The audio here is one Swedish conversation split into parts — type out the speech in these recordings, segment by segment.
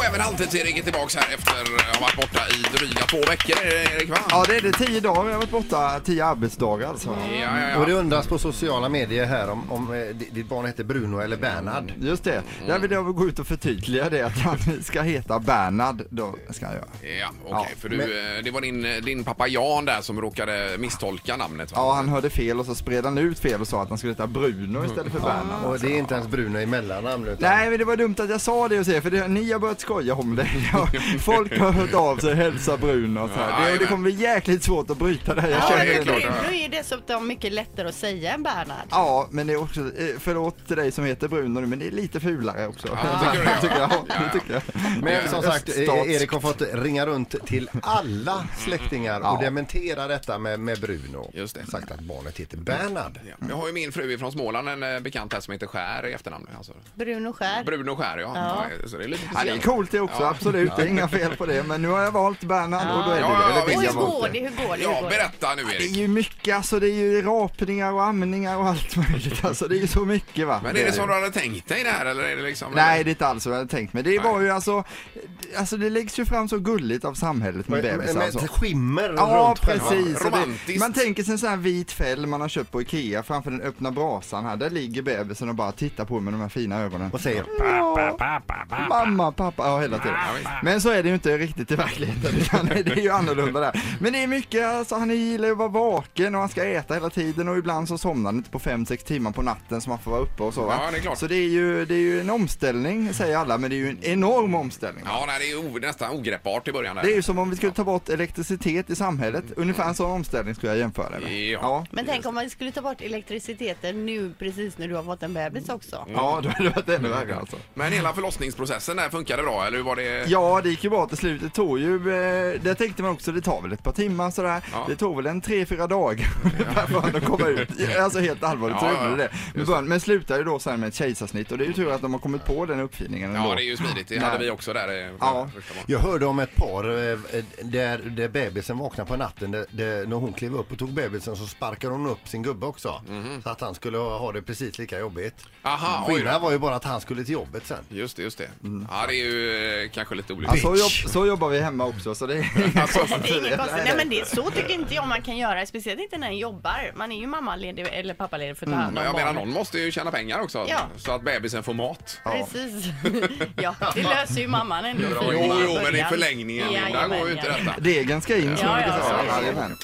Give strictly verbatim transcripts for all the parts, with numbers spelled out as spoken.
även Halvtids-Erik är tillbaka här efter att ha varit borta i dryga två veckor, Erik, va? Ja, det är det. Tio dagar. Vi har varit borta, tio arbetsdagar alltså. Ja, ja, ja. Och det undras på sociala medier här om, om eh, ditt barn heter Bruno eller Bernhard. Just det. Där vill jag gå ut och förtydliga det, att han ska heta Bernhard. Då ska jag göra. Ja, okej. Okay. Ja, för du, men... det var din, din pappa Jan där som råkade misstolka namnet, va? Ja, han hörde fel och så spred han ut fel och sa att han skulle heta Bruno istället för Bernhard. Och det är inte ens Bruno i mellannamn utan... Nej, men det var dumt att jag sa det och se, för det, ni har börjat skoja om det. Ja, folk har hört av sig, hälsa Bruno och så här. Ja, det, det kommer bli jäkligt svårt att bryta det här. Jag Ja, känner det det. är klart. Bruno är ju dessutom mycket lättare att säga än Bernhard. Ja, men det är också, förlåt till dig som heter Bruno nu, men det är lite fulare också. Ja, tycker du det? tycker jag. Ja, ja. Det tycker jag. Men som sagt, Öststats. Erik har fått ringa runt till alla släktingar Ja. och dementera detta med, med Bruno. Just det. Sagt att barnet heter Bernhard. Ja. Jag har ju min fru från Småland, en eh, bekant här som heter Skär i efternamn. Alltså. Bruno Skär. Bruno Skär, ja. Ja. Ja, så det är lite Ja, det är speciellt. coolt det också, Ja. absolut. Det är inga fel på det. Men nu har jag valt Bernhard och då är det Ja, det. ja, Eller ja, vill Och jag hur valt går det? Hur går det? Hur Ja, går det? berätta nu, Det är Erik. ju mycket, alltså det är ju rapningar och amningar och allt möjligt. Alltså det är ju så mycket, va. Men är det som du hade tänkt dig det här, eller är det liksom... Nej, det är inte alls vad jag hade tänkt mig. Det var Nej. ju alltså, alltså det läggs ju fram så gulligt av samhället med Med, bebisar med alltså. ett skimmer Ja, runt själva. precis. Och Romantiskt. Det, man tänker sig en sån här vit fäll man har köpt på Ikea framför den öppna brasan här. Där ligger bebisen och bara tittar på med de här fina ögonen. Och säger Ja, mamma, pappa, ja hela tiden. Men så är det ju inte riktigt i verkligheten, utan det är ju annorlunda där. Men det är mycket, alltså han gillar att vara vaken och han ska äta hela tiden och ibland så somnar han inte på fem sex timmar på natten så man får vara uppe och så, va? Ja, det är klart. Så det är, ju, det är ju en omställning, säger alla, men det är ju en enorm omställning. Ja, nej, det är ju o- nästan ogreppbart i början där. Det är ju som om vi skulle ta bort elektricitet i samhället. Ungefär en sån omställning skulle jag jämföra med. Ja. Men tänk om man skulle ta bort elektriciteten nu precis när du har fått en bebis också. Ja, då hade det varit ännu värre alltså. Men hela förlossningsprocessen där funkade bra, eller hur var det? Ja, det gick ju bra till slut. Det tog ju, eh, det tänkte man också, det tar väl ett par timmar sådär. Ja. Det tog väl en tre, fyra dagar för att komma ut. Alltså helt allvarligt så Ja, gjorde ja, det det. Men, början, men slutade ju då sen med ett kejsarsnitt och det är ju tur att de har kommit på den uppfinningen ändå. Ja, det är ju smidigt. Det Nej. hade vi också där. eh, Ja. första gången. Jag hörde om ett par eh, där, där bebisen vaknade på natten där, där, när hon klev upp och tog bebisen så sparkade hon upp sin gubbe också. Så att han skulle ha, ha det precis lika jobbigt. Aha, oj då. Skillnaden var ju bara att han skulle till jobbet sen. Just det, just det. Ja, det är ju eh, kanske lite Ja, olyckligt. så, jobb, så jobbar vi hemma också, så det är inga Alltså, Det är inget konstigt. konstigt. Nej, men det är så tycker inte jag man kan göra, speciellt inte när en jobbar. Man är ju mammaledig eller pappaledig för att ta hand om Men jag menar, barnet. någon måste ju tjäna pengar också. Ja. Så att bebisen får mat. Precis. Ja, det löser ju mamman ändå. Jo, jo, men i förlängningen, där går ju inte detta. Degen ska in, som Ja, vi ja, brukar så säga. är det. Jajamän.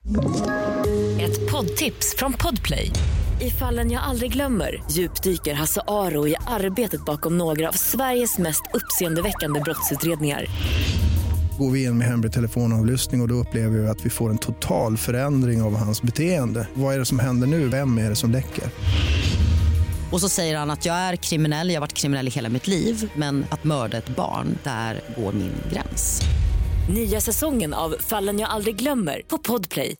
Ett poddtips från Podplay. I Fallen jag aldrig glömmer djupdyker Hasse Aro i arbetet bakom några av Sveriges mest uppseendeväckande brottsutredningar. Går vi in med hemlig telefonavlyssning och, och då upplever vi att vi får en total förändring av hans beteende. Vad är det som händer nu? Vem är det som läcker? Och så säger han att jag är kriminell, jag har varit kriminell i hela mitt liv. Men att mörda ett barn, där går min gräns. Nya säsongen av Fallen jag aldrig glömmer på Podplay.